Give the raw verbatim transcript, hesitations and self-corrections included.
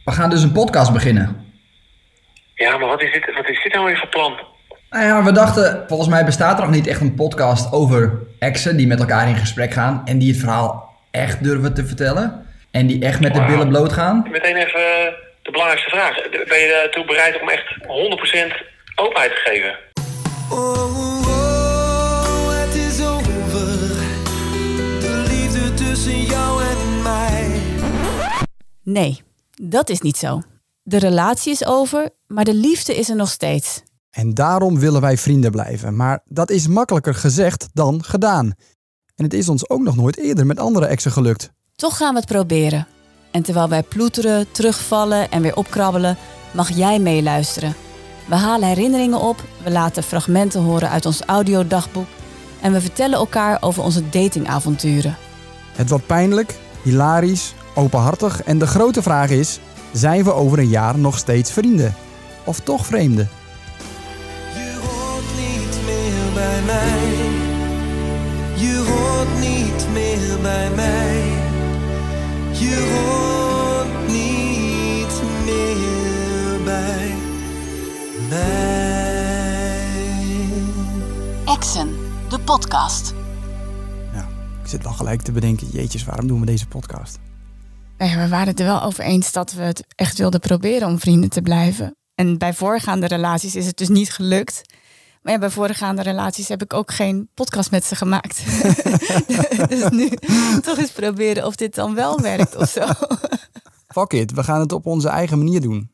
We gaan dus een podcast beginnen. Ja, maar wat is dit, wat is dit nou weer voor plan? Nou ja, we dachten, volgens mij bestaat er nog niet echt een podcast over exen die met elkaar in gesprek gaan en die het verhaal echt durven te vertellen. En die echt met de Wauw. billen bloot gaan. Meteen even de belangrijkste vraag. Ben je ertoe bereid om echt honderd procent openheid te geven? Oh, oh, het is over. De liefde tussen jou en mij. Nee, dat is niet zo. De relatie is over, maar de liefde is er nog steeds. En daarom willen wij vrienden blijven. Maar dat is makkelijker gezegd dan gedaan. En het is ons ook nog nooit eerder met andere exen gelukt. Toch gaan we het proberen. En terwijl wij ploeteren, terugvallen en weer opkrabbelen, mag jij meeluisteren. We halen herinneringen op, we laten fragmenten horen uit ons audiodagboek en we vertellen elkaar over onze datingavonturen. Het wordt pijnlijk, hilarisch, openhartig en de grote vraag is: zijn we over een jaar nog steeds vrienden? Of toch vreemden? Je hoort niet meer bij mij. Je hoort niet meer bij mij. Je hoort niet meer bij mij. Exen, de podcast. Ja, ik zit wel gelijk te bedenken, jeetjes, waarom doen we deze podcast? Nou ja, we waren het er wel over eens dat we het echt wilden proberen om vrienden te blijven. En bij voorgaande relaties is het dus niet gelukt. Maar ja, bij voorgaande relaties heb ik ook geen podcast met ze gemaakt. Dus nu toch eens proberen of dit dan wel werkt of zo. Fuck it, we gaan het op onze eigen manier doen.